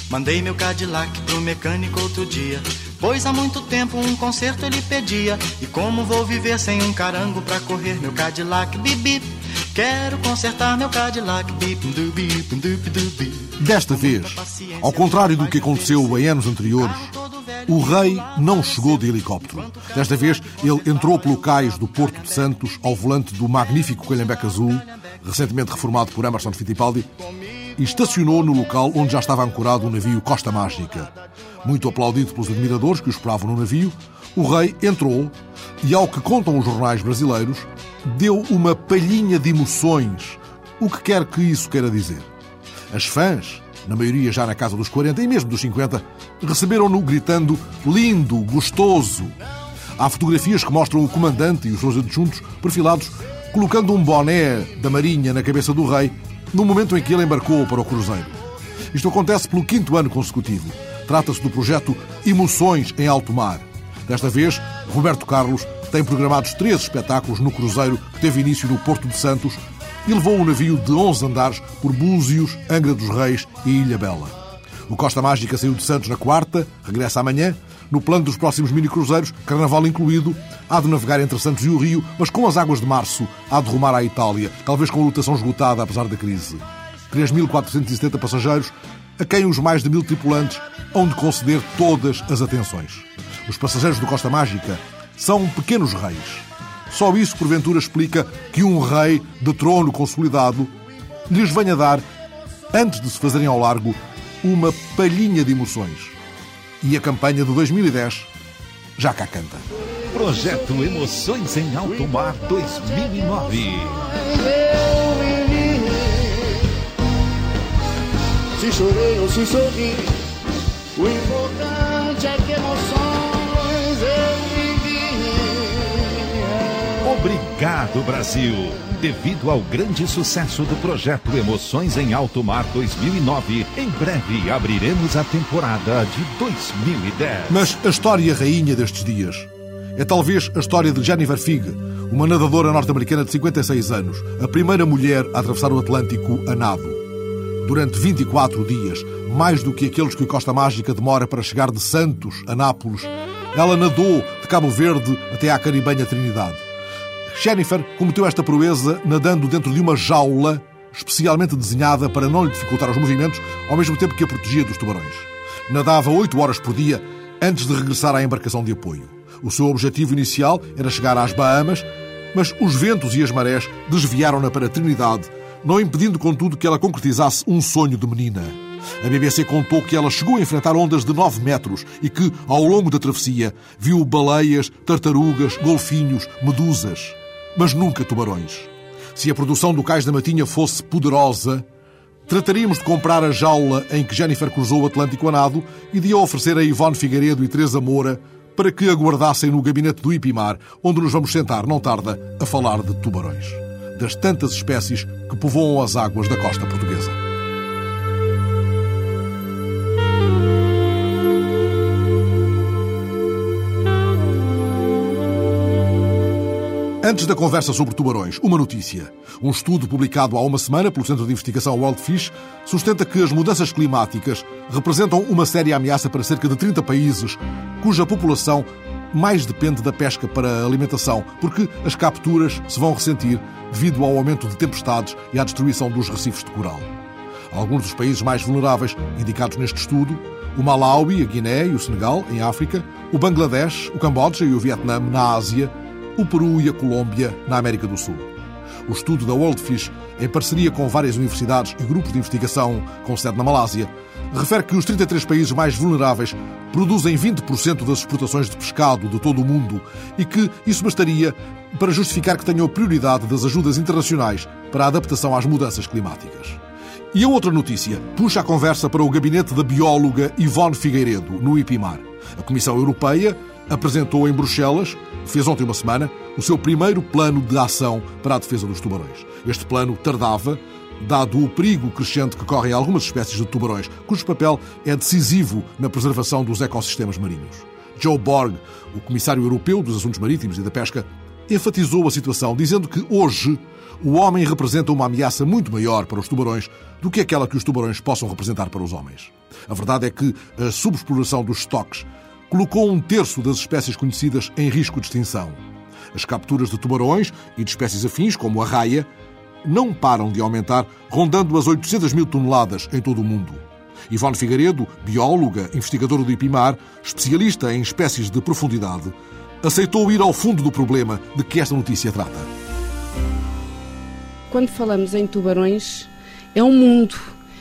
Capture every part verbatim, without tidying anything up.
Mandei meu Cadillac pro mecânico outro dia, pois há muito tempo um conserto ele pedia. E como vou viver sem um carango pra correr meu Cadillac, bip bip. Quero consertar meu Cadillac, bip dubi, dubi, dubi. Desta vez, ao contrário do que aconteceu em anos anteriores, o rei não chegou de helicóptero. Desta vez, ele entrou pelo cais do Porto de Santos ao volante do magnífico Calhambeque Azul, recentemente reformado por Emerson Fittipaldi, e estacionou no local onde já estava ancorado o navio Costa Mágica. Muito aplaudido pelos admiradores que o esperavam no navio, o rei entrou e, ao que contam os jornais brasileiros, deu uma palhinha de emoções, o que quer que isso queira dizer. As fãs, na maioria já na casa dos quarenta e mesmo dos cinquenta, receberam-no gritando lindo, gostoso. Há fotografias que mostram o comandante e os seus adjuntos perfilados colocando um boné da Marinha na cabeça do rei no momento em que ele embarcou para o cruzeiro. Isto acontece pelo quinto ano consecutivo. Trata-se do projeto Emoções em Alto Mar. Desta vez, Roberto Carlos tem programados três espetáculos no cruzeiro que teve início no Porto de Santos e levou um navio de onze andares por Búzios, Angra dos Reis e Ilhabela. O Costa Mágica saiu de Santos na quarta, regressa amanhã. No plano dos próximos mini-cruzeiros, carnaval incluído, há de navegar entre Santos e o Rio, mas com as águas de março há de rumar à Itália, talvez com a lotação esgotada apesar da crise. três mil quatrocentos e setenta passageiros, a quem os mais de mil tripulantes hão de conceder todas as atenções. Os passageiros do Costa Mágica são pequenos reis. Só isso, porventura, explica que um rei de trono consolidado lhes venha dar, antes de se fazerem ao largo, uma palhinha de emoções. E a campanha de dois mil e dez já cá canta. Projeto Emoções em Alto Mar dois mil e nove. Se chorei ou se sorri, o importante é que emoções eu vivi. Obrigado, Brasil! Devido ao grande sucesso do projeto Emoções em Alto Mar dois mil e nove, em breve abriremos a temporada de dois mil e dez. Mas a história rainha destes dias é talvez a história de Jennifer Figg, uma nadadora norte-americana de cinquenta e seis anos, a primeira mulher a atravessar o Atlântico a nado. Durante vinte e quatro dias, mais do que aqueles que o Costa Mágica demora para chegar de Santos a Nápoles, ela nadou de Cabo Verde até à caribenha Trinidade. Jennifer cometeu esta proeza nadando dentro de uma jaula especialmente desenhada para não lhe dificultar os movimentos, ao mesmo tempo que a protegia dos tubarões. Nadava oito horas por dia antes de regressar à embarcação de apoio. O seu objetivo inicial era chegar às Bahamas, mas os ventos e as marés desviaram-na para a Trinidade, não impedindo, contudo, que ela concretizasse um sonho de menina. A B B C contou que ela chegou a enfrentar ondas de nove metros e que, ao longo da travessia, viu baleias, tartarugas, golfinhos, medusas, mas nunca tubarões. Se a produção do Cais da Matinha fosse poderosa, trataríamos de comprar a jaula em que Jennifer cruzou o Atlântico a nado e de a oferecer a Ivone Figueiredo e Teresa Moura para que aguardassem no gabinete do Ipimar, onde nos vamos sentar, não tarda, a falar de tubarões, das tantas espécies que povoam as águas da costa portuguesa. Antes da conversa sobre tubarões, uma notícia. Um estudo publicado há uma semana pelo Centro de Investigação World Fish sustenta que as mudanças climáticas representam uma séria ameaça para cerca de trinta países, cuja população mais depende da pesca para a alimentação, porque as capturas se vão ressentir devido ao aumento de tempestades e à destruição dos recifes de coral. Alguns dos países mais vulneráveis indicados neste estudo: o Malawi, a Guiné e o Senegal, em África, o Bangladesh, o Camboja e o Vietnã, na Ásia, o Peru e a Colômbia, na América do Sul. O estudo da World Fish, em parceria com várias universidades e grupos de investigação com sede na Malásia, refere que os trinta e três países mais vulneráveis produzem vinte por cento das exportações de pescado de todo o mundo e que isso bastaria para justificar que tenham a prioridade das ajudas internacionais para a adaptação às mudanças climáticas. E a outra notícia puxa a conversa para o gabinete da bióloga Ivone Figueiredo, no Ipimar. A Comissão Europeia apresentou em Bruxelas, fez ontem uma semana, o seu primeiro plano de ação para a defesa dos tubarões. Este plano tardava, dado o perigo crescente que correm algumas espécies de tubarões, cujo papel é decisivo na preservação dos ecossistemas marinhos. Joe Borg, o Comissário Europeu dos Assuntos Marítimos e da Pesca, enfatizou a situação, dizendo que hoje o homem representa uma ameaça muito maior para os tubarões do que aquela que os tubarões possam representar para os homens. A verdade é que a subexploração dos estoques colocou um terço das espécies conhecidas em risco de extinção. As capturas de tubarões e de espécies afins, como a raia, não param de aumentar, rondando as oitocentas mil toneladas em todo o mundo. Ivone Figueiredo, bióloga, investigadora do IPIMAR, especialista em espécies de profundidade, aceitou ir ao fundo do problema de que esta notícia trata. Quando falamos em tubarões, é um mundo.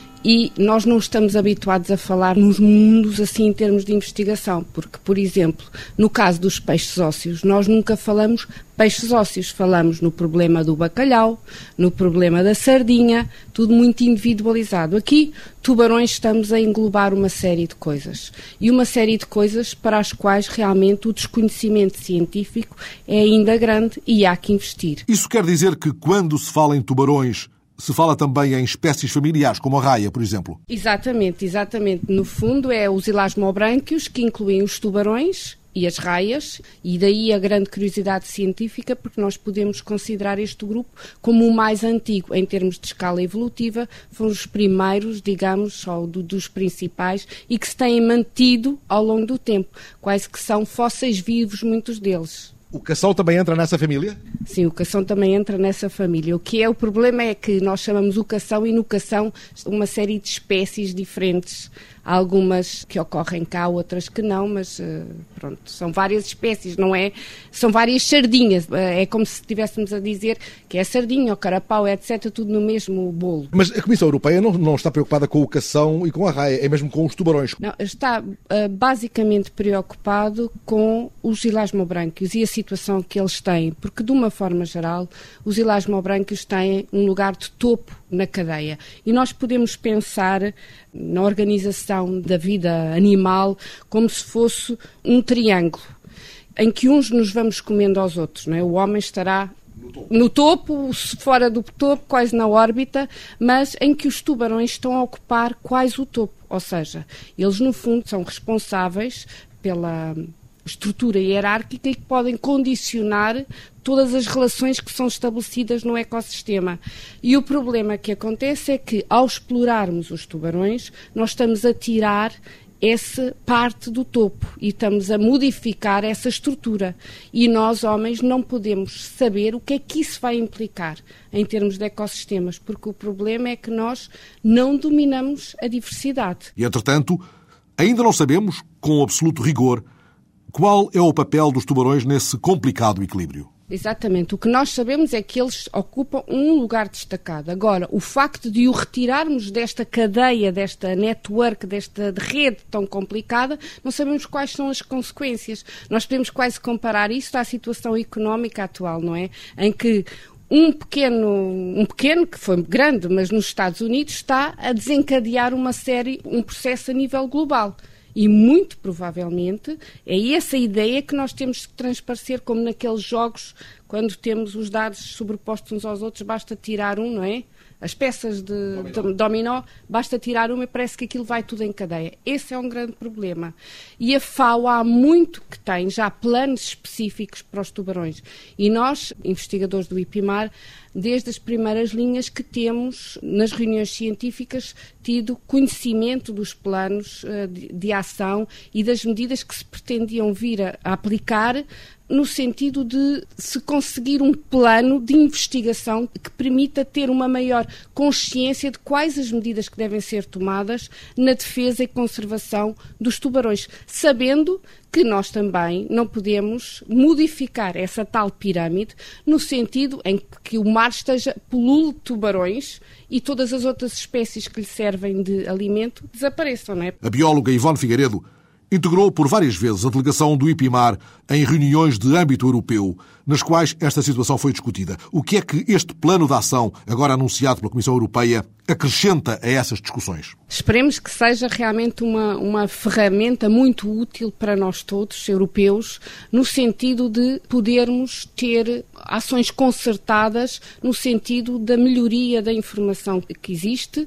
E nós não estamos habituados a falar nos mundos assim em termos de investigação, porque, por exemplo, no caso dos peixes ósseos, nós nunca falamos peixes ósseos, falamos no problema do bacalhau, no problema da sardinha, tudo muito individualizado. Aqui, tubarões, estamos a englobar uma série de coisas. E uma série de coisas para as quais realmente o desconhecimento científico é ainda grande e há que investir. Isso quer dizer que quando se fala em tubarões, se fala também em espécies familiares, como a raia, por exemplo? Exatamente, exatamente. No fundo, é os elasmobrânquios, que incluem os tubarões e as raias, e daí a grande curiosidade científica, porque nós podemos considerar este grupo como o mais antigo em termos de escala evolutiva. Foram os primeiros, digamos, ou do, dos principais, e que se têm mantido ao longo do tempo. Quase que são fósseis vivos, muitos deles. O cação também entra nessa família? Sim, o cação também entra nessa família. O que é o problema é que nós chamamos o cação e no cação uma série de espécies diferentes. Há algumas que ocorrem cá, outras que não, mas pronto, são várias espécies, não é? São várias sardinhas. É como se estivéssemos a dizer que é sardinha, o carapau, etcétera, tudo no mesmo bolo. Mas a Comissão Europeia não, não está preocupada com o cação e com a raia, é mesmo com os tubarões? Não, está uh, basicamente preocupado com os elasmobrânquios e a situação que eles têm, porque de uma forma geral, os elasmobrânquios têm um lugar de topo na cadeia. E nós podemos pensar na organização da vida animal como se fosse um triângulo, em que uns nos vamos comendo aos outros, não é? O homem estará no topo. no topo, fora do topo, quase na órbita, mas em que os tubarões estão a ocupar quase o topo. Ou seja, eles no fundo são responsáveis pela estrutura hierárquica e que podem condicionar todas as relações que são estabelecidas no ecossistema. E o problema que acontece é que, ao explorarmos os tubarões, nós estamos a tirar essa parte do topo e estamos a modificar essa estrutura. E nós, homens, não podemos saber o que é que isso vai implicar em termos de ecossistemas, porque o problema é que nós não dominamos a diversidade. E, entretanto, ainda não sabemos, com absoluto rigor, qual é o papel dos tubarões nesse complicado equilíbrio. Exatamente. O que nós sabemos é que eles ocupam um lugar destacado. Agora, o facto de o retirarmos desta cadeia, desta network, desta rede tão complicada, não sabemos quais são as consequências. Nós podemos quase comparar isso à situação económica atual, não é? Em que um pequeno, um pequeno, que foi grande, mas nos Estados Unidos, está a desencadear uma série, um processo a nível global. E muito provavelmente é essa ideia que nós temos que transparecer, como naqueles jogos, quando temos os dados sobrepostos uns aos outros, basta tirar um, não é? As peças de dominó. dominó, basta tirar uma e parece que aquilo vai tudo em cadeia. Esse é um grande problema. E a FAO há muito que tem já planos específicos para os tubarões. E nós, investigadores do IPIMAR, desde as primeiras linhas que temos nas reuniões científicas tido conhecimento dos planos uh, de, de ação e das medidas que se pretendiam vir a, a aplicar no sentido de se conseguir um plano de investigação que permita ter uma maior consciência de quais as medidas que devem ser tomadas na defesa e conservação dos tubarões, sabendo que nós também não podemos modificar essa tal pirâmide no sentido em que o mar esteja pulule de tubarões e todas as outras espécies que lhe servem de alimento desapareçam, não é? A bióloga Ivone Figueiredo integrou por várias vezes a delegação do IPIMAR em reuniões de âmbito europeu, nas quais esta situação foi discutida. O que é que este plano de ação, agora anunciado pela Comissão Europeia, acrescenta a essas discussões? Esperemos que seja realmente uma, uma ferramenta muito útil para nós todos, europeus, no sentido de podermos ter ações concertadas no sentido da melhoria da informação que existe,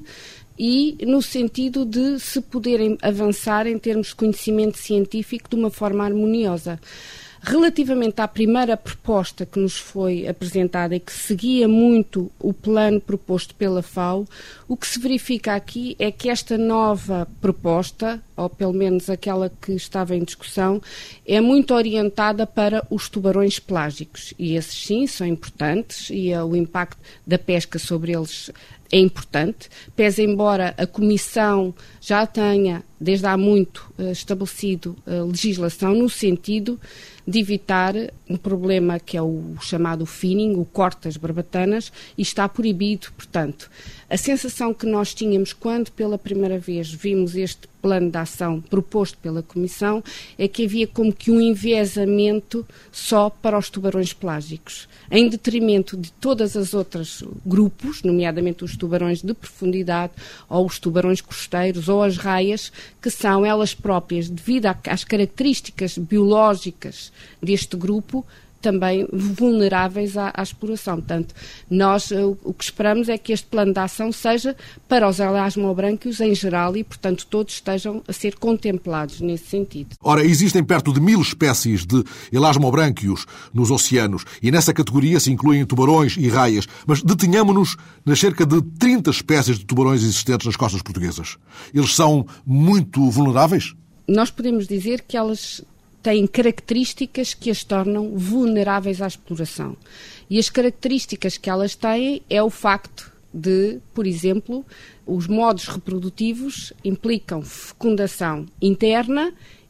e no sentido de se poderem avançar em termos de conhecimento científico de uma forma harmoniosa. Relativamente à primeira proposta que nos foi apresentada e que seguia muito o plano proposto pela F A O, o que se verifica aqui é que esta nova proposta, ou pelo menos aquela que estava em discussão, é muito orientada para os tubarões pelágicos. E esses sim são importantes e o impacto da pesca sobre eles é importante, pese embora a Comissão já tenha, desde há muito, estabelecido legislação no sentido de evitar um problema que é o chamado finning, o corte das barbatanas, e está proibido. Portanto, a sensação que nós tínhamos quando pela primeira vez vimos este plano de ação proposto pela Comissão é que havia como que um enviesamento só para os tubarões pelágicos, em detrimento de todas as outras grupos, nomeadamente os tubarões de profundidade ou os tubarões costeiros ou as raias, que são elas próprias, devido às características biológicas deste grupo, também vulneráveis à, à exploração. Portanto, nós o, o que esperamos é que este plano de ação seja para os elasmobrânquios em geral e, portanto, todos estejam a ser contemplados nesse sentido. Ora, existem perto de mil espécies de elasmobrânquios nos oceanos e nessa categoria se incluem tubarões e raias, mas detenhamo-nos nas cerca de trinta espécies de tubarões existentes nas costas portuguesas. Eles são muito vulneráveis? Nós podemos dizer que elas têm características que as tornam vulneráveis à exploração. E as características que elas têm é o facto de, por exemplo, os modos reprodutivos implicam fecundação interna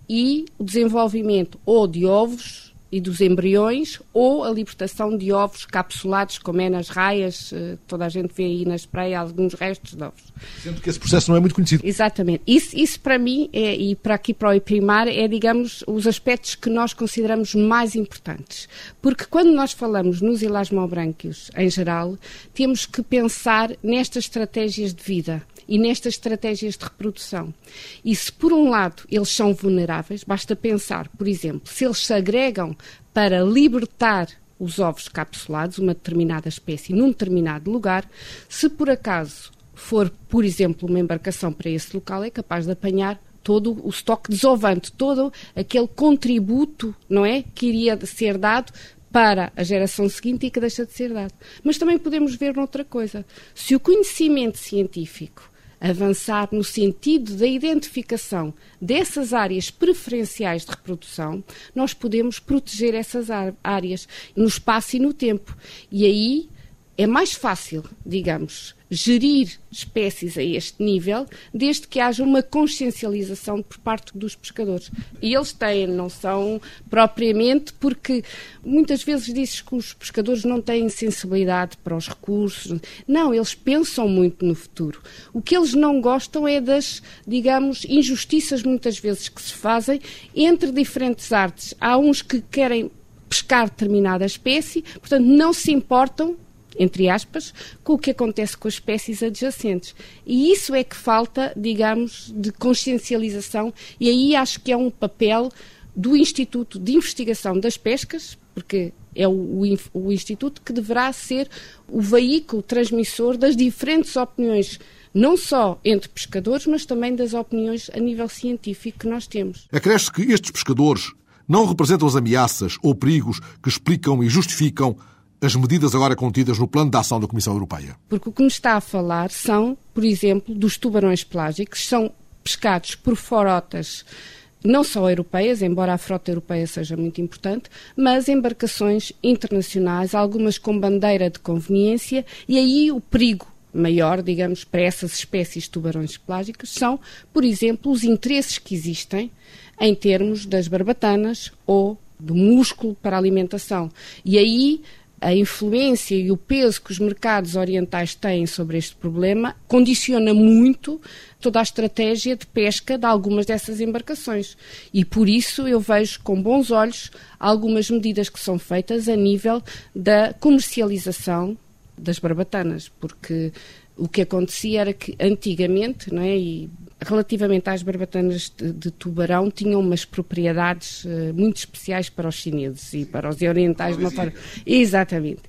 e o desenvolvimento ou de ovos e dos embriões ou a libertação de ovos capsulados, como é nas raias, toda a gente vê aí na espreia alguns restos de ovos. Sendo que esse processo não é muito conhecido. Exatamente. Isso, isso para mim, é, e para aqui para o IPRIMAR, é, digamos, os aspectos que nós consideramos mais importantes. Porque quando nós falamos nos elasmobrânquios em geral, temos que pensar nestas estratégias de vida e nestas estratégias de reprodução. E se, por um lado, eles são vulneráveis, basta pensar, por exemplo, se eles se agregam para libertar os ovos capsulados, uma determinada espécie, num determinado lugar, se por acaso for, por exemplo, uma embarcação para esse local, é capaz de apanhar todo o estoque desovante, todo aquele contributo, não é, que iria ser dado para a geração seguinte e que deixa de ser dado. Mas também podemos ver noutra coisa. Se o conhecimento científico avançar no sentido da identificação dessas áreas preferenciais de reprodução, nós podemos proteger essas áreas no espaço e no tempo. E aí é mais fácil, digamos, gerir espécies a este nível, desde que haja uma consciencialização por parte dos pescadores. E eles têm, não são propriamente, porque muitas vezes dizes que os pescadores não têm sensibilidade para os recursos. Não, eles pensam muito no futuro. O que eles não gostam é das, digamos, injustiças muitas vezes que se fazem entre diferentes artes. Há uns que querem pescar determinada espécie, portanto não se importam, entre aspas, com o que acontece com as espécies adjacentes. E isso é que falta, digamos, de consciencialização, e aí acho que é um papel do Instituto de Investigação das Pescas, porque é o, o, o Instituto que deverá ser o veículo transmissor das diferentes opiniões, não só entre pescadores, mas também das opiniões a nível científico que nós temos. Acresce que estes pescadores não representam as ameaças ou perigos que explicam e justificam as medidas agora contidas no plano de ação da Comissão Europeia. Porque o que me está a falar são, por exemplo, dos tubarões pelágicos, são pescados por frotas não só europeias, embora a frota europeia seja muito importante, mas embarcações internacionais, algumas com bandeira de conveniência, e aí o perigo maior, digamos, para essas espécies de tubarões pelágicos são, por exemplo, os interesses que existem em termos das barbatanas ou do músculo para a alimentação. E aí a influência e o peso que os mercados orientais têm sobre este problema condiciona muito toda a estratégia de pesca de algumas dessas embarcações. E por isso eu vejo com bons olhos algumas medidas que são feitas a nível da comercialização das barbatanas, porque o que acontecia era que antigamente, não é, e relativamente às barbatanas de, de tubarão, tinham umas propriedades uh, muito especiais para os chineses e para os orientais de uma forma. Exatamente.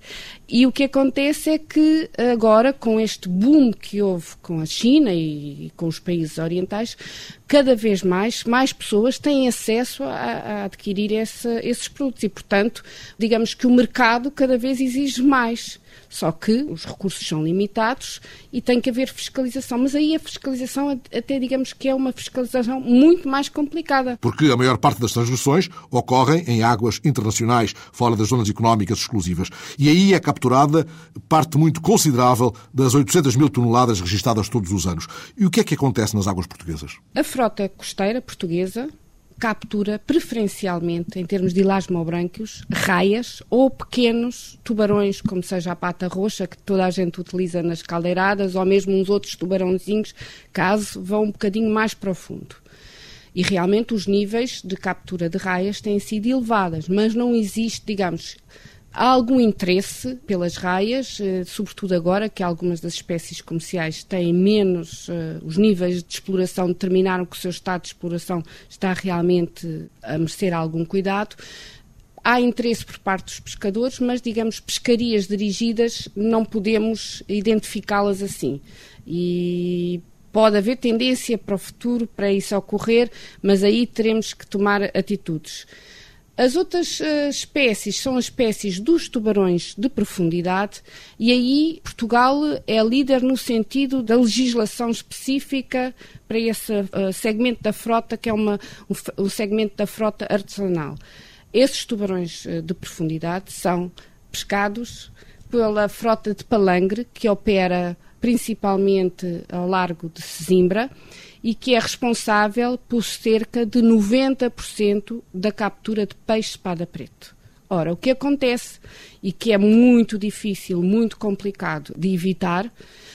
E o que acontece é que agora, com este boom que houve com a China e com os países orientais, cada vez mais, mais pessoas têm acesso a, a adquirir esse, esses produtos e, portanto, digamos que o mercado cada vez exige mais. Só que os recursos são limitados e tem que haver fiscalização. Mas aí a fiscalização até digamos que é uma fiscalização muito mais complicada. Porque a maior parte das transgressões ocorrem em águas internacionais, fora das zonas económicas exclusivas. E aí é capturada parte muito considerável das oitocentas mil toneladas registadas todos os anos. E o que é que acontece nas águas portuguesas? A frota costeira portuguesa captura preferencialmente, em termos de elasmobrânquios, raias ou pequenos tubarões, como seja a pata roxa, que toda a gente utiliza nas caldeiradas, ou mesmo uns outros tubarãozinhos, caso vão um bocadinho mais profundo. E realmente os níveis de captura de raias têm sido elevados, mas não existe, digamos, há algum interesse pelas raias, sobretudo agora que algumas das espécies comerciais têm menos, os níveis de exploração determinaram que o seu estado de exploração está realmente a merecer algum cuidado. Há interesse por parte dos pescadores, mas, digamos, pescarias dirigidas não podemos identificá-las assim. E pode haver tendência para o futuro para isso ocorrer, mas aí teremos que tomar atitudes. As outras uh, espécies são as espécies dos tubarões de profundidade e aí Portugal é líder no sentido da legislação específica para esse uh, segmento da frota, que é uma, um, o segmento da frota artesanal. Esses tubarões uh, de profundidade são pescados pela frota de palangre, que opera principalmente ao largo de Sesimbra, e que é responsável por cerca de noventa por cento da captura de peixe-espada preto. Ora, o que acontece, e que é muito difícil, muito complicado de evitar,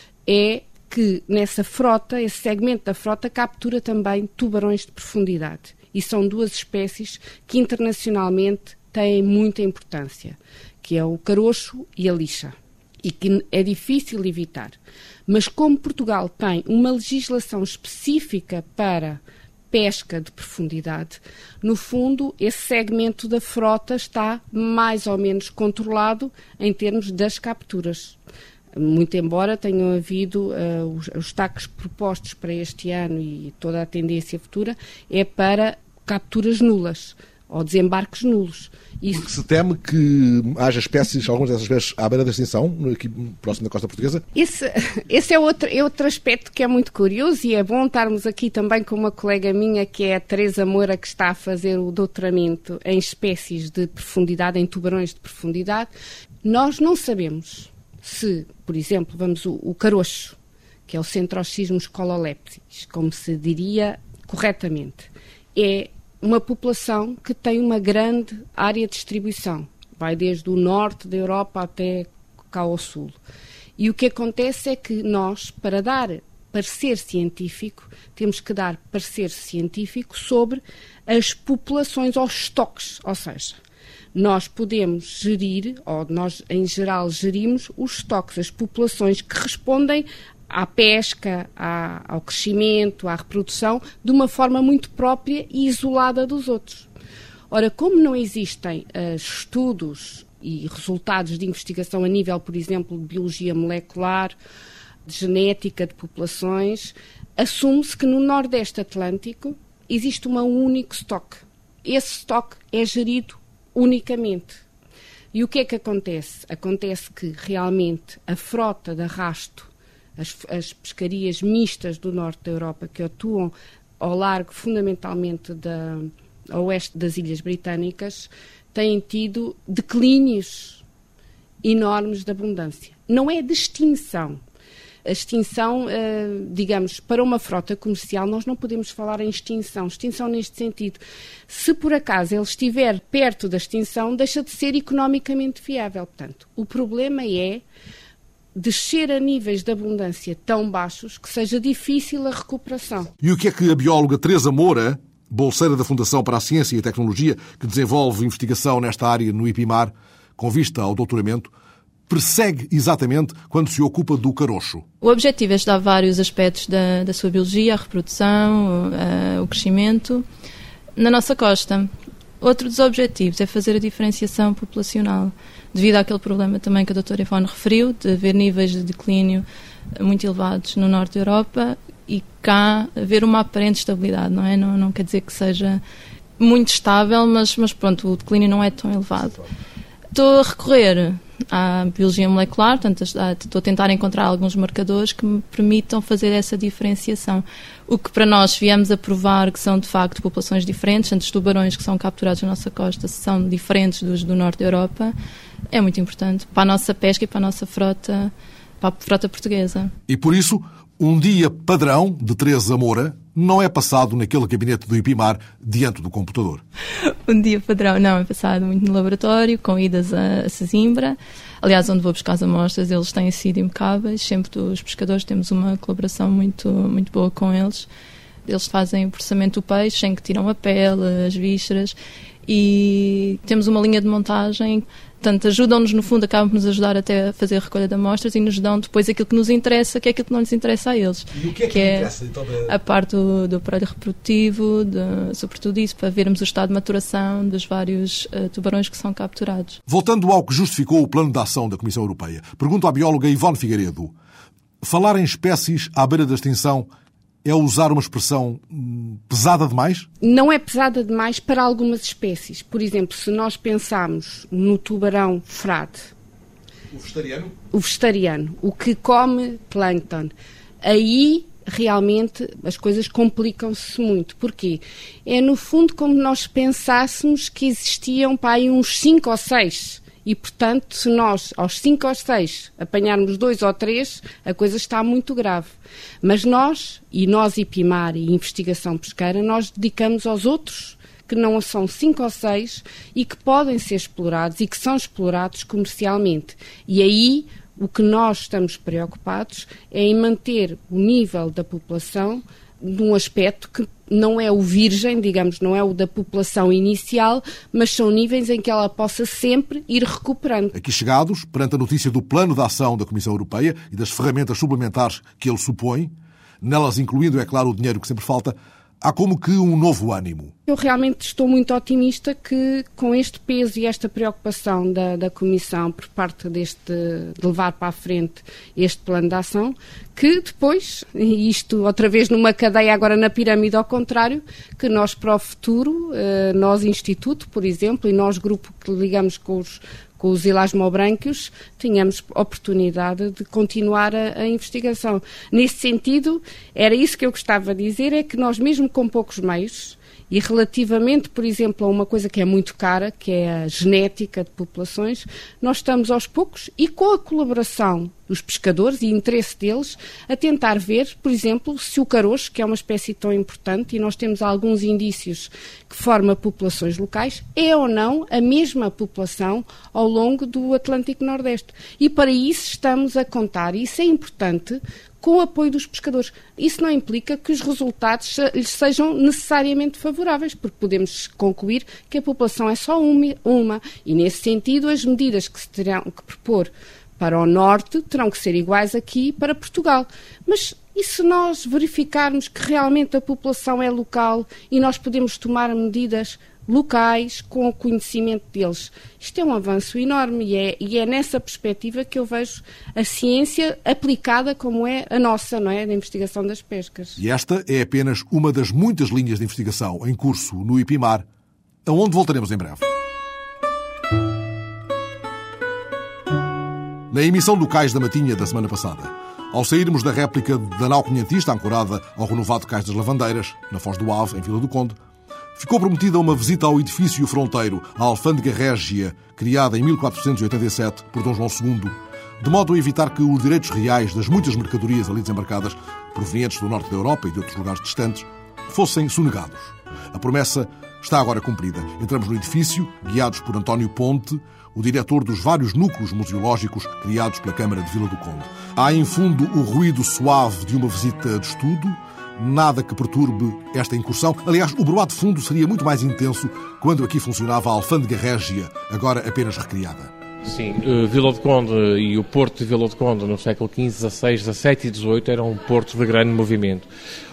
é que nessa frota, esse segmento da frota, captura também tubarões de profundidade. E são duas espécies que internacionalmente têm muita importância, que é o caroxo e a lixa, e que é difícil evitar. Mas como Portugal tem uma legislação específica para pesca de profundidade, no fundo, esse segmento da frota está mais ou menos controlado em termos das capturas. Muito embora tenham havido uh, os, os taques propostos para este ano e toda a tendência futura é para capturas nulas ou desembarques nulos. Isso... Porque se teme que haja espécies, algumas dessas espécies à beira da extinção, aqui próximo da costa portuguesa? Esse, esse é, outro, é outro aspecto que é muito curioso e é bom estarmos aqui também com uma colega minha, que é a Teresa Moura, que está a fazer o doutoramento em espécies de profundidade, em tubarões de profundidade. Nós não sabemos se, por exemplo, vamos o, o caroxo, que é o Centrochismus cololepsis, como se diria corretamente, é uma população que tem uma grande área de distribuição. Vai desde o norte da Europa até cá ao sul. E o que acontece é que nós, para dar parecer científico, temos que dar parecer científico sobre as populações ou estoques. Ou seja, nós podemos gerir, ou nós em geral gerimos, os estoques, as populações que respondem à pesca, à, ao crescimento, à reprodução, de uma forma muito própria e isolada dos outros. Ora, como não existem uh, estudos e resultados de investigação a nível, por exemplo, de biologia molecular, de genética de populações, assume-se que no Nordeste Atlântico existe um único estoque. Esse estoque é gerido unicamente. E o que é que acontece? Acontece que realmente a frota de arrasto, As, as pescarias mistas do norte da Europa, que atuam ao largo fundamentalmente da, a oeste das Ilhas Britânicas, têm tido declínios enormes de abundância. Não é de extinção. A extinção, eh, digamos, para uma frota comercial, nós não podemos falar em extinção. Extinção neste sentido. Se por acaso ele estiver perto da extinção, deixa de ser economicamente viável. Portanto, o problema é descer a níveis de abundância tão baixos que seja difícil a recuperação. E o que é que a bióloga Teresa Moura, bolseira da Fundação para a Ciência e a Tecnologia, que desenvolve investigação nesta área no IPIMAR, com vista ao doutoramento, persegue exatamente quando se ocupa do caroxo? O objetivo é estudar vários aspectos da, da sua biologia, a reprodução, uh, o crescimento, na nossa costa. Outro dos objetivos é fazer a diferenciação populacional, devido àquele problema também que a doutora Ivone referiu, de haver níveis de declínio muito elevados no norte da Europa e cá haver uma aparente estabilidade, não é? Não, não quer dizer que seja muito estável, mas, mas pronto, o declínio não é tão elevado. Estou a recorrer à biologia molecular, portanto, estou a tentar encontrar alguns marcadores que me permitam fazer essa diferenciação. O que para nós viemos a provar que são de facto populações diferentes, portanto, os tubarões que são capturados na nossa costa são diferentes dos do norte da Europa, é muito importante para a nossa pesca e para a nossa frota, para a frota portuguesa. E por isso, um dia padrão de Teresa Moura não é passado naquele gabinete do IPIMAR diante do computador. Um dia padrão não é passado muito no laboratório, com idas a, a Sesimbra. Aliás, onde vou buscar as amostras, eles têm sido impecáveis. Sempre os pescadores temos uma colaboração muito, muito boa com eles. Eles fazem o processamento do peixe, em que tiram a pele, as vísceras, e temos uma linha de montagem. Portanto, ajudam-nos, no fundo, acabam por nos ajudar até a fazer a recolha de amostras e nos dão depois aquilo que nos interessa, que é aquilo que não lhes interessa a eles. E o que é que, que é interessa? Então, de... a parte do, do aparelho reprodutivo, de, sobretudo isso, para vermos o estado de maturação dos vários uh, tubarões que são capturados. Voltando ao que justificou o plano de ação da Comissão Europeia, pergunto à bióloga Ivone Figueiredo, falar em espécies à beira da extinção é usar uma expressão hum, pesada demais? Não é pesada demais para algumas espécies. Por exemplo, se nós pensarmos no tubarão frade, o vegetariano, o vegetariano, o que come plâncton, aí realmente as coisas complicam-se muito. Porquê? É no fundo como nós pensássemos que existiam para aí uns cinco ou seis. E, portanto, se nós, aos cinco ou seis, apanharmos dois ou três, a coisa está muito grave. Mas nós, e nós IPIMAR e Investigação Pesqueira, nós dedicamos aos outros, que não são cinco ou seis, e que podem ser explorados e que são explorados comercialmente. E aí, o que nós estamos preocupados é em manter o nível da população num aspecto que não é o virgem, digamos, não é o da população inicial, mas são níveis em que ela possa sempre ir recuperando. Aqui chegados, perante a notícia do plano de ação da Comissão Europeia e das ferramentas suplementares que ele supõe, nelas incluindo, é claro, o dinheiro que sempre falta, há como que um novo ânimo. Eu realmente estou muito otimista que, com este peso e esta preocupação da, da Comissão por parte deste, de levar para a frente este plano de ação, que depois, e isto outra vez numa cadeia agora na pirâmide ao contrário, que nós para o futuro, nós Instituto, por exemplo, e nós grupo que ligamos com os com os elasmobrânquios, tínhamos oportunidade de continuar a, a investigação. Nesse sentido, era isso que eu gostava de dizer, é que nós mesmo com poucos meios, e relativamente, por exemplo, a uma coisa que é muito cara, que é a genética de populações, nós estamos aos poucos e com a colaboração dos pescadores e interesse deles a tentar ver, por exemplo, se o caroço, que é uma espécie tão importante, e nós temos alguns indícios que forma populações locais, é ou não a mesma população ao longo do Atlântico Nordeste. E para isso estamos a contar, e isso é importante, com o apoio dos pescadores. Isso não implica que os resultados lhes sejam necessariamente favoráveis, porque podemos concluir que a população é só uma, uma e nesse sentido as medidas que se terão que propor para o Norte terão que ser iguais aqui para Portugal. Mas e se nós verificarmos que realmente a população é local e nós podemos tomar medidas locais com o conhecimento deles? Isto é um avanço enorme e é, e é nessa perspectiva que eu vejo a ciência aplicada como é a nossa, não é? Da investigação das pescas. E esta é apenas uma das muitas linhas de investigação em curso no IPIMAR, aonde voltaremos em breve. Na emissão do Cais da Matinha da semana passada, ao sairmos da réplica da nau quinhentista ancorada ao renovado Cais das Lavandeiras, na Foz do Ave, em Vila do Conde, ficou prometida uma visita ao edifício fronteiro, à Alfândega Régia, criada em mil quatrocentos e oitenta e sete por Dom João segundo, de modo a evitar que os direitos reais das muitas mercadorias ali desembarcadas, provenientes do norte da Europa e de outros lugares distantes, fossem sonegados. A promessa está agora cumprida. Entramos no edifício, guiados por António Ponte, o diretor dos vários núcleos museológicos criados pela Câmara de Vila do Conde. Há em fundo o ruído suave de uma visita de estudo, nada que perturbe esta incursão. Aliás, o broado fundo seria muito mais intenso quando aqui funcionava a Alfândega Régia, agora apenas recriada. Sim, Vila do Conde e o Porto de Vila do Conde no século quinze, dezasseis, dezassete e dezoito era um porto de grande movimento.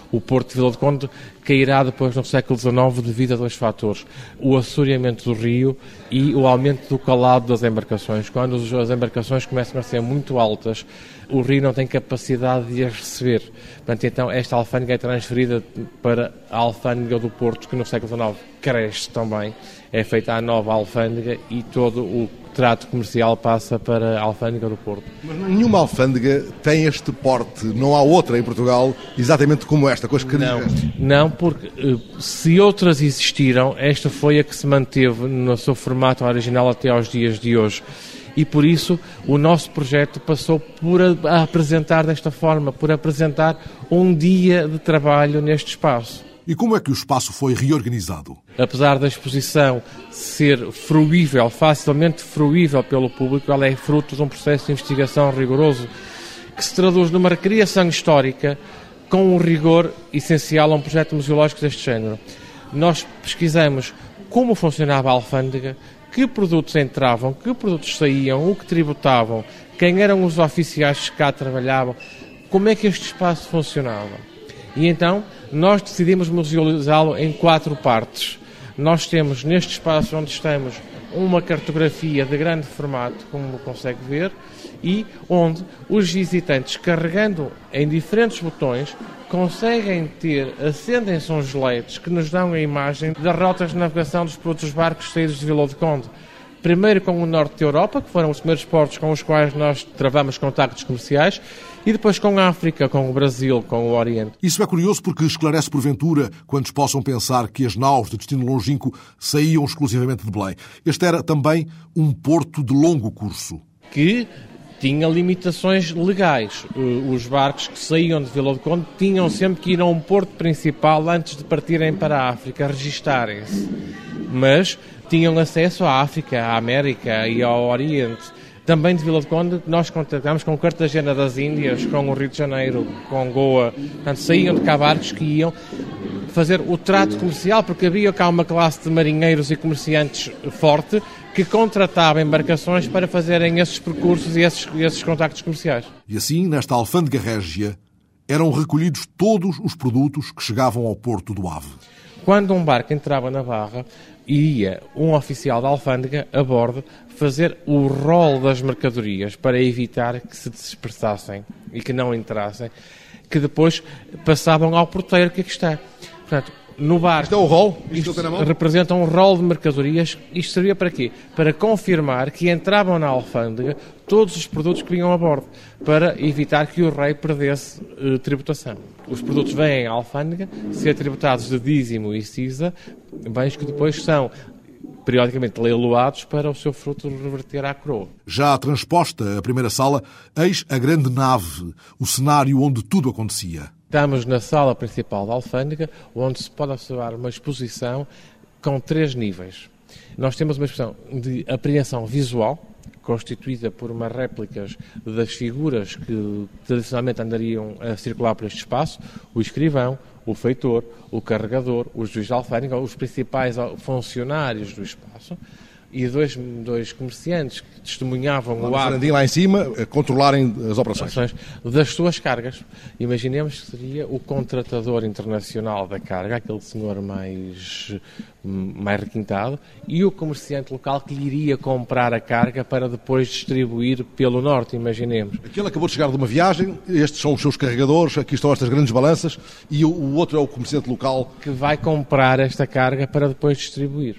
O Porto de Vila do Conde cairá depois no século dezenove devido a dois fatores: o assoreamento do rio e o aumento do calado das embarcações. Quando as embarcações começam a ser muito altas, o rio não tem capacidade de as receber. Portanto, então, esta alfândega é transferida para a alfândega do Porto, que no século dezenove cresce também. É feita a nova alfândega e todo o trato comercial passa para a alfândega do Porto. Mas nenhuma alfândega tem este porte, não há outra em Portugal exatamente como esta, com as características. Não, não, porque se outras existiram, esta foi a que se manteve no seu formato original até aos dias de hoje. E por isso o nosso projeto passou por a, a apresentar desta forma, por apresentar um dia de trabalho neste espaço. E como é que o espaço foi reorganizado? Apesar da exposição ser fruível, facilmente fruível pelo público, ela é fruto de um processo de investigação rigoroso que se traduz numa recriação histórica com um rigor essencial a um projeto museológico deste género. Nós pesquisamos como funcionava a alfândega, que produtos entravam, que produtos saíam, o que tributavam, quem eram os oficiais que cá trabalhavam, como é que este espaço funcionava. E então nós decidimos musealizá-lo em quatro partes. Nós temos neste espaço onde estamos uma cartografia de grande formato, como consegue ver, e onde os visitantes, carregando em diferentes botões, conseguem ter, acendem-se uns L E Ds que nos dão a imagem das rotas de navegação dos produtos barcos saídos de Vila do Conde. Primeiro com o norte da Europa, que foram os primeiros portos com os quais nós travamos contactos comerciais, e depois com a África, com o Brasil, com o Oriente. Isso é curioso porque esclarece porventura quantos possam pensar que as naus de destino longínquo saíam exclusivamente de Belém. Este era também um porto de longo curso. Que tinha limitações legais. Os barcos que saíam de Vila do Conde tinham sempre que ir a um porto principal antes de partirem para a África, registarem-se. Mas tinham acesso à África, à América e ao Oriente. Também de Vila do Conde nós contactámos com Cartagena das Índias, com o Rio de Janeiro, com Goa. Portanto, saíam de cá barcos que iam fazer o trato comercial, porque havia cá uma classe de marinheiros e comerciantes forte que contratavam embarcações para fazerem esses percursos e esses, esses contactos comerciais. E assim, nesta alfândega régia, eram recolhidos todos os produtos que chegavam ao porto do Ave. Quando um barco entrava na barra, iria um oficial da alfândega a bordo fazer o rol das mercadorias para evitar que se dispersassem e que não entrassem, que depois passavam ao porteiro que aqui está. Portanto, no barco... Isto é o rol? Isto representa um rol de mercadorias. Isto servia para quê? Para confirmar que entravam na alfândega todos os produtos que vinham a bordo, para evitar que o rei perdesse uh, tributação. Os produtos vêm à alfândega ser tributados de dízimo e cisa, bens que depois são periodicamente leiloados para o seu fruto reverter à coroa. Já transposta a primeira sala, eis a grande nave, o cenário onde tudo acontecia. Estamos na sala principal da alfândega, onde se pode observar uma exposição com três níveis. Nós temos uma exposição de apreensão visual, constituída por umas réplicas das figuras que tradicionalmente andariam a circular por este espaço: o escrivão, o feitor, o carregador, o juiz de alfândega, os principais funcionários do espaço, e dois, dois comerciantes que testemunhavam lá o ato lá em cima, a controlarem as operações das suas cargas. Imaginemos que seria o contratador internacional da carga, aquele senhor mais, mais requintado, e o comerciante local que lhe iria comprar a carga para depois distribuir pelo norte, imaginemos. Aquele acabou de chegar de uma viagem, estes são os seus carregadores, aqui estão estas grandes balanças, e o, o outro é o comerciante local que vai comprar esta carga para depois distribuir.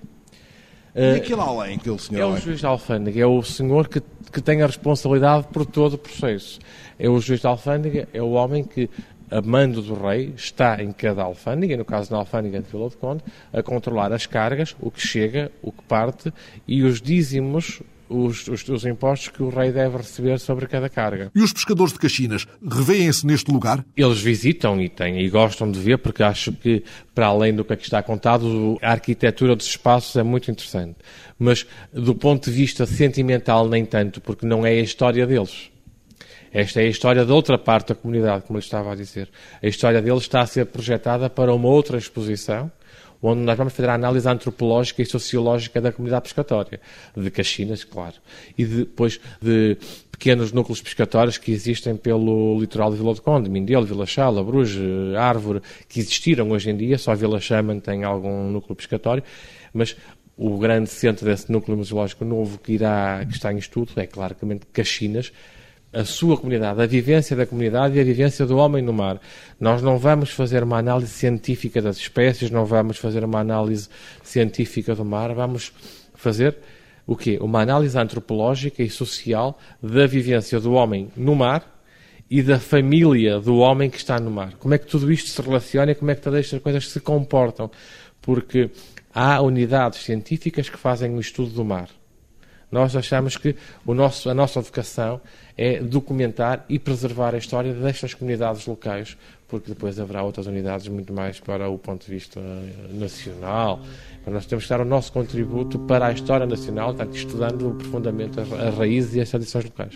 E aquele além, aquele senhor? É o juiz de alfândega, é o senhor que, que tem a responsabilidade por todo o processo. É o juiz de alfândega, é o homem que, a mando do rei, está em cada alfândega, no caso da alfândega de Vila do Conde, a controlar as cargas, o que chega, o que parte e os dízimos, os, os, os impostos que o rei deve receber sobre cada carga. E os pescadores de Caxinas revêem-se neste lugar? Eles visitam e têm, e gostam de ver, porque acho que, para além do que aqui está contado, a arquitetura dos espaços é muito interessante. Mas, do ponto de vista sentimental, nem tanto, porque não é a história deles. Esta é a história de outra parte da comunidade, como eu estava a dizer. A história deles está a ser projetada para uma outra exposição, onde nós vamos fazer a análise antropológica e sociológica da comunidade pescatória, de Caxinas, claro, e depois de pequenos núcleos pescatórios que existem pelo litoral de Vila do Conde, Mindelo, Vila Chala, Bruges, Árvore, que existiram hoje em dia, só Vila Chama tem algum núcleo pescatório, mas o grande centro desse núcleo museológico novo que, irá, que está em estudo é claramente Caxinas, a sua comunidade, a vivência da comunidade e a vivência do homem no mar. Nós não vamos fazer uma análise científica das espécies, não vamos fazer uma análise científica do mar, vamos fazer o quê? Uma análise antropológica e social da vivência do homem no mar e da família do homem que está no mar. Como é que tudo isto se relaciona e como é que todas estas coisas se comportam? Porque há unidades científicas que fazem o estudo do mar. Nós achamos que o nosso, a nossa vocação é documentar e preservar a história destas comunidades locais, porque depois haverá outras unidades muito mais para o ponto de vista nacional. Nós temos que dar o nosso contributo para a história nacional, portanto, estudando profundamente as, as raízes e as tradições locais.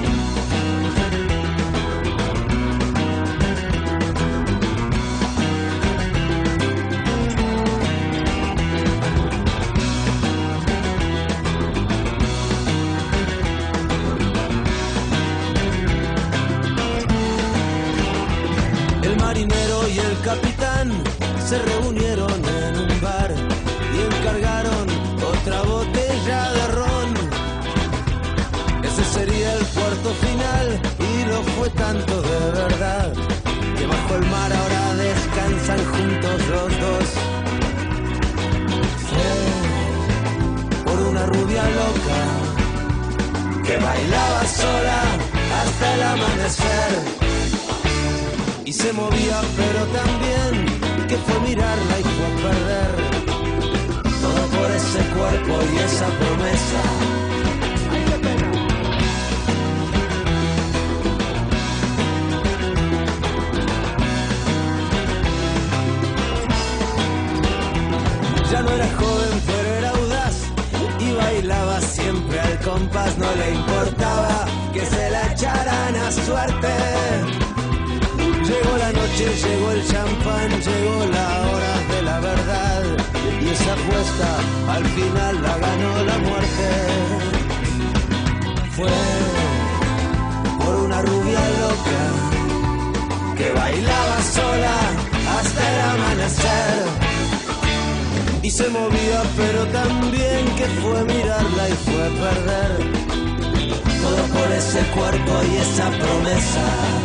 Se reunieron en un bar y encargaron otra botella de ron. Ese sería el puerto final y lo fue tanto de verdad que bajo el mar ahora descansan juntos los dos. Fue por una rubia loca que bailaba sola hasta el amanecer y se movía pero también que fue mirarla y fue a perder todo por ese cuerpo y esa promesa. Ay, qué pena. Ya no era joven pero era audaz y bailaba siempre al compás, no le importaba que se la echaran a suerte. Llegó la noche, llegó el champán, llegó la hora de la verdad y esa apuesta al final la ganó la muerte. Fue por una rubia loca que bailaba sola hasta el amanecer y se movía pero también que fue mirarla y fue a perder todo por ese cuerpo y esa promesa.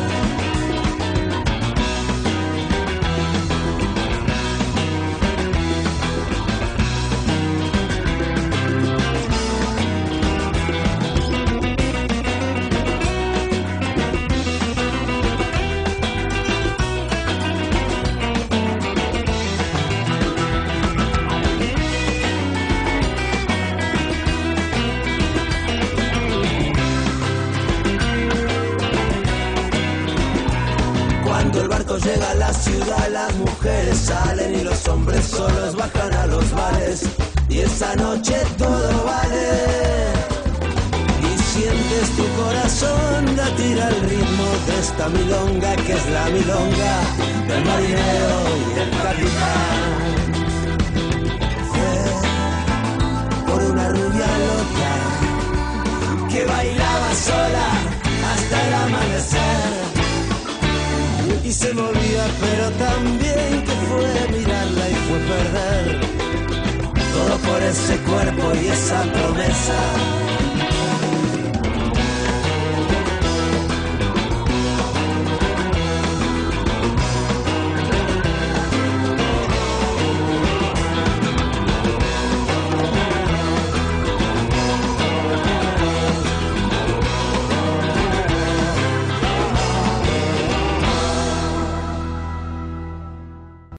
Llega a la ciudad, las mujeres salen y los hombres solos bajan a los bares y esa noche todo vale y sientes tu corazón latir al ritmo de esta milonga que es la milonga del marinero y el capitán. Fue por una rubia loca que bailaba sola hasta el amanecer y se movía pero también que fue mirarla y fue perder todo por ese cuerpo y esa promesa.